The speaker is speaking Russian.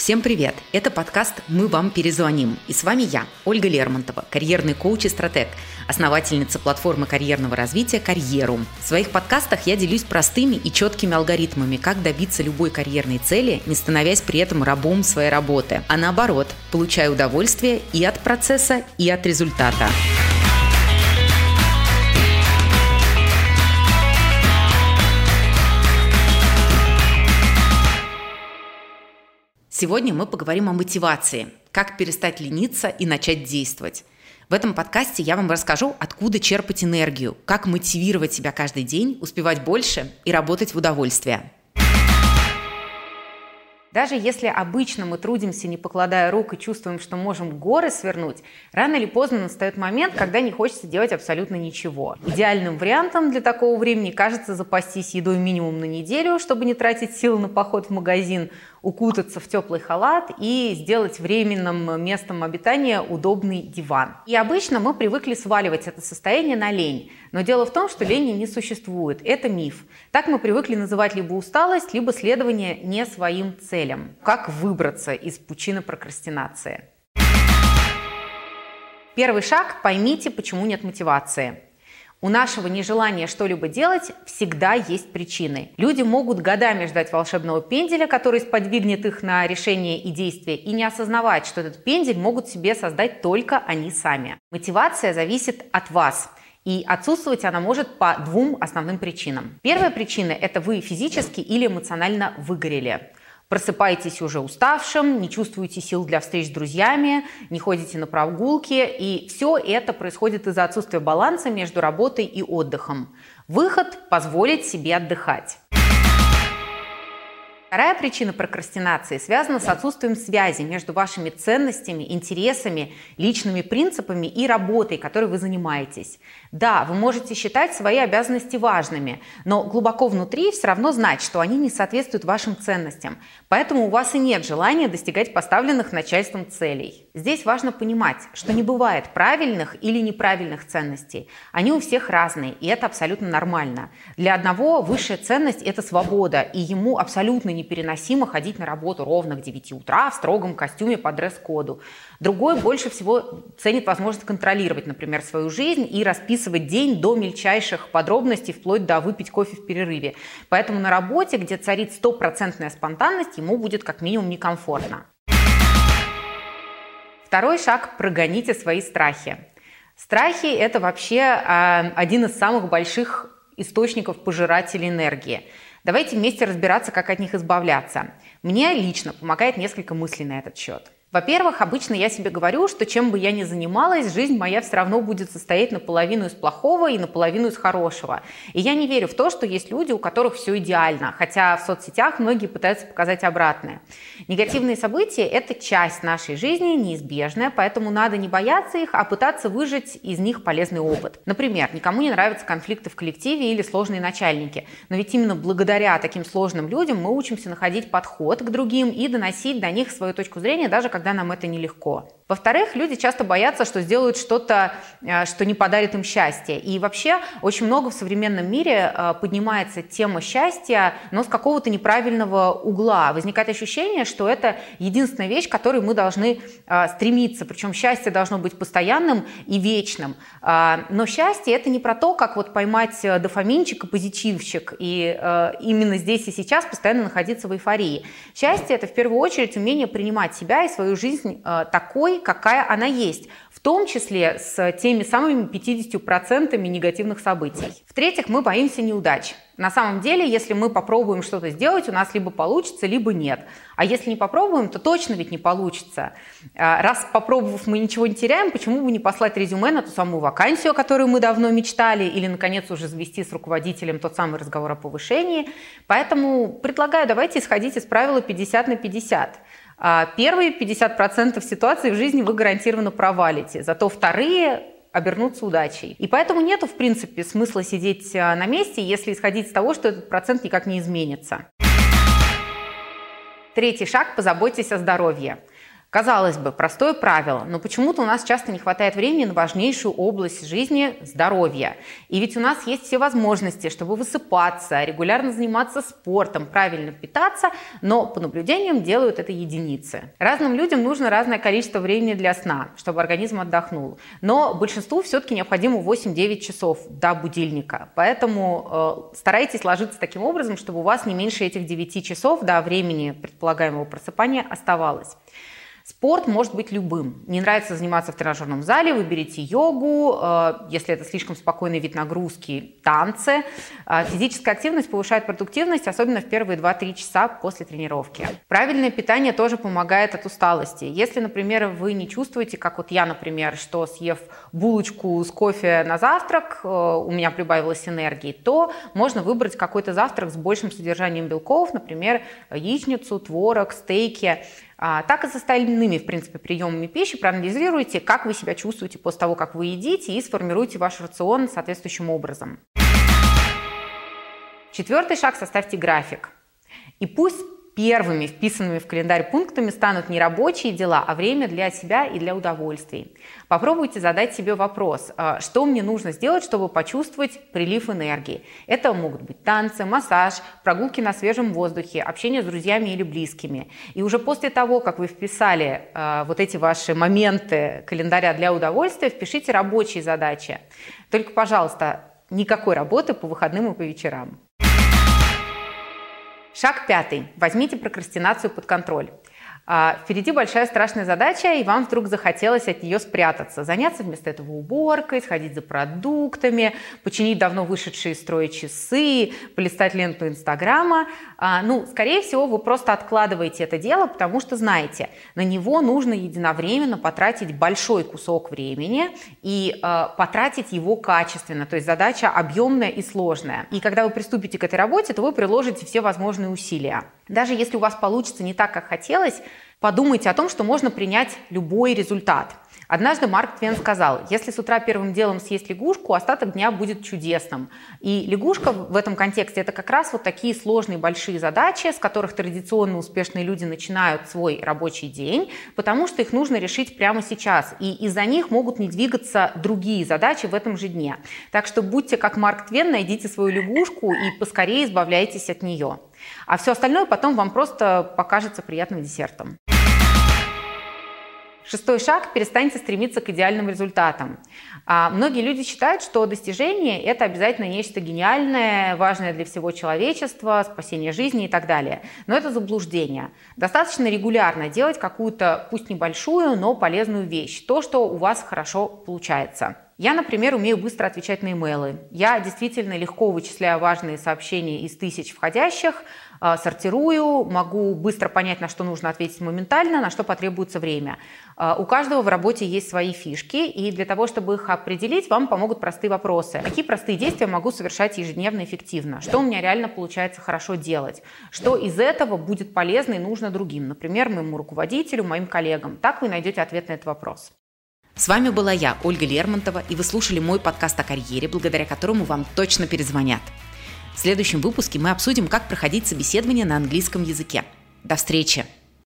Всем привет! Это подкаст «Мы вам перезвоним». И с вами я, Ольга Лермонтова, карьерный коуч и стратег, основательница платформы карьерного развития «Карьерум». В своих подкастах я делюсь простыми и четкими алгоритмами, как добиться любой карьерной цели, не становясь при этом рабом своей работы, а наоборот, получая удовольствие и от процесса, и от результата. Сегодня мы поговорим о мотивации, как перестать лениться и начать действовать. В этом подкасте я вам расскажу, откуда черпать энергию, как мотивировать себя каждый день, успевать больше и работать в удовольствие. Даже если обычно мы трудимся, не покладая рук, и чувствуем, что можем горы свернуть, рано или поздно настает момент, когда не хочется делать абсолютно ничего. Идеальным вариантом для такого времени кажется запастись едой минимум на неделю, чтобы не тратить силы на поход в магазин, укутаться в теплый халат и сделать временным местом обитания удобный диван. И обычно мы привыкли сваливать это состояние на лень. Но дело в том, что лени не существует. Это миф. Так мы привыкли называть либо усталость, либо следование не своим целям. Как выбраться из пучины прокрастинации? Первый шаг – поймите, почему нет мотивации. У нашего нежелания что-либо делать всегда есть причины. Люди могут годами ждать волшебного пенделя, который сподвигнет их на решение и действие, и не осознавать, что этот пендель могут себе создать только они сами. Мотивация зависит от вас. И отсутствовать она может по двум основным причинам. Первая причина – это вы физически или эмоционально выгорели. Просыпаетесь уже уставшим, не чувствуете сил для встреч с друзьями, не ходите на прогулки, и все это происходит из-за отсутствия баланса между работой и отдыхом. Выход – позволить себе отдыхать. Вторая причина прокрастинации связана с отсутствием связи между вашими ценностями, интересами, личными принципами и работой, которой вы занимаетесь. Да, вы можете считать свои обязанности важными, но глубоко внутри все равно знать, что они не соответствуют вашим ценностям. Поэтому у вас и нет желания достигать поставленных начальством целей. Здесь важно понимать, что не бывает правильных или неправильных ценностей. Они у всех разные, и это абсолютно нормально. Для одного высшая ценность – это свобода, и ему абсолютно непереносимо ходить на работу ровно к 9 утра в строгом костюме по дресс-коду. Другой больше всего ценит возможность контролировать, например, свою жизнь и расписывать день до мельчайших подробностей, вплоть до выпить кофе в перерыве. Поэтому на работе, где царит стопроцентная спонтанность, ему будет как минимум некомфортно. Второй шаг – прогоните свои страхи. Страхи – это вообще один из самых больших источников пожирателей энергии. Давайте вместе разбираться, как от них избавляться. Мне лично помогает несколько мыслей на этот счет. Во-первых, обычно я себе говорю, что чем бы я ни занималась, жизнь моя все равно будет состоять наполовину из плохого и наполовину из хорошего. И я не верю в то, что есть люди, у которых все идеально, хотя в соцсетях многие пытаются показать обратное. Негативные события – это часть нашей жизни, неизбежная, поэтому надо не бояться их, а пытаться выжать из них полезный опыт. Например, никому не нравятся конфликты в коллективе или сложные начальники, но ведь именно благодаря таким сложным людям мы учимся находить подход к другим и доносить до них свою точку зрения, даже когда нам это нелегко. Во-вторых, люди часто боятся, что сделают что-то, что не подарит им счастье. И вообще очень много в современном мире поднимается тема счастья, но с какого-то неправильного угла. Возникает ощущение, что это единственная вещь, к которой мы должны стремиться. Причем счастье должно быть постоянным и вечным. Но счастье – это не про то, как вот поймать дофаминчик и позитивчик, и именно здесь и сейчас постоянно находиться в эйфории. Счастье – это в первую очередь умение принимать себя и свою жизнь такой, какая она есть, в том числе с теми самыми 50% негативных событий. В-третьих, мы боимся неудач. На самом деле, если мы попробуем что-то сделать, у нас либо получится, либо нет. А если не попробуем, то точно ведь не получится. Раз попробовав, мы ничего не теряем, почему бы не послать резюме на ту самую вакансию, о которой мы давно мечтали, или, наконец, уже завести с руководителем тот самый разговор о повышении. Поэтому предлагаю, давайте исходить из правила 50 на 50. Первые 50% ситуаций в жизни вы гарантированно провалите, зато вторые обернутся удачей. И поэтому нету, в принципе, смысла сидеть на месте, если исходить из того, что этот процент никак не изменится. Третий шаг – позаботьтесь о здоровье. Казалось бы, простое правило, но почему-то у нас часто не хватает времени на важнейшую область жизни – здоровья. И ведь у нас есть все возможности, чтобы высыпаться, регулярно заниматься спортом, правильно питаться, но по наблюдениям делают это единицы. Разным людям нужно разное количество времени для сна, чтобы организм отдохнул. Но большинству все-таки необходимо 8-9 часов до будильника. Поэтому старайтесь ложиться таким образом, чтобы у вас не меньше этих 9 часов до времени предполагаемого просыпания оставалось. Спорт может быть любым. Не нравится заниматься в тренажерном зале, выберите йогу, если это слишком спокойный вид нагрузки, танцы. Физическая активность повышает продуктивность, особенно в первые 2-3 часа после тренировки. Правильное питание тоже помогает от усталости. Если, например, вы не чувствуете, как вот я, например, что съев булочку с кофе на завтрак, у меня прибавилось энергии, то можно выбрать какой-то завтрак с большим содержанием белков, например, яичницу, творог, стейки. Так и с остальными, в принципе, приемами пищи проанализируйте, как вы себя чувствуете после того, как вы едите, и сформируйте ваш рацион соответствующим образом. 4-й шаг – составьте график. И пусть первыми вписанными в календарь пунктами станут не рабочие дела, а время для себя и для удовольствий. Попробуйте задать себе вопрос, что мне нужно сделать, чтобы почувствовать прилив энергии. Это могут быть танцы, массаж, прогулки на свежем воздухе, общение с друзьями или близкими. И уже после того, как вы вписали вот эти ваши моменты календаря для удовольствия, впишите рабочие задачи. Только, пожалуйста, никакой работы по выходным и по вечерам. Шаг 5. Возьмите прокрастинацию под контроль. Впереди большая страшная задача, и вам вдруг захотелось от нее спрятаться. Заняться вместо этого уборкой, сходить за продуктами, починить давно вышедшие из строя часы, полистать ленту Инстаграма. Скорее всего, вы просто откладываете это дело, потому что знаете, на него нужно единовременно потратить большой кусок времени и потратить его качественно. То есть задача объемная и сложная. И когда вы приступите к этой работе, то вы приложите все возможные усилия. Даже если у вас получится не так, как хотелось, подумайте о том, что можно принять любой результат. Однажды Марк Твен сказал, если с утра первым делом съесть лягушку, остаток дня будет чудесным. И лягушка в этом контексте – это как раз вот такие сложные большие задачи, с которых традиционно успешные люди начинают свой рабочий день, потому что их нужно решить прямо сейчас. И из-за них могут не двигаться другие задачи в этом же дне. Так что будьте как Марк Твен, найдите свою лягушку и поскорее избавляйтесь от нее. А все остальное потом вам просто покажется приятным десертом. 6-й шаг – перестаньте стремиться к идеальным результатам. Многие люди считают, что достижение – это обязательно нечто гениальное, важное для всего человечества, спасение жизни и так далее. Но это заблуждение. Достаточно регулярно делать какую-то, пусть небольшую, но полезную вещь. То, что у вас хорошо получается. Я, например, умею быстро отвечать на имейлы. Я действительно легко вычисляю важные сообщения из тысяч входящих, сортирую, могу быстро понять, на что нужно ответить моментально, на что потребуется время. У каждого в работе есть свои фишки, и для того, чтобы их определить, вам помогут простые вопросы. Какие простые действия могу совершать ежедневно эффективно? Что у меня реально получается хорошо делать? Что из этого будет полезно и нужно другим? Например, моему руководителю, моим коллегам. Так вы найдете ответ на этот вопрос. С вами была я, Ольга Лермонтова, и вы слушали мой подкаст о карьере, благодаря которому вам точно перезвонят. В следующем выпуске мы обсудим, как проходить собеседование на английском языке. До встречи!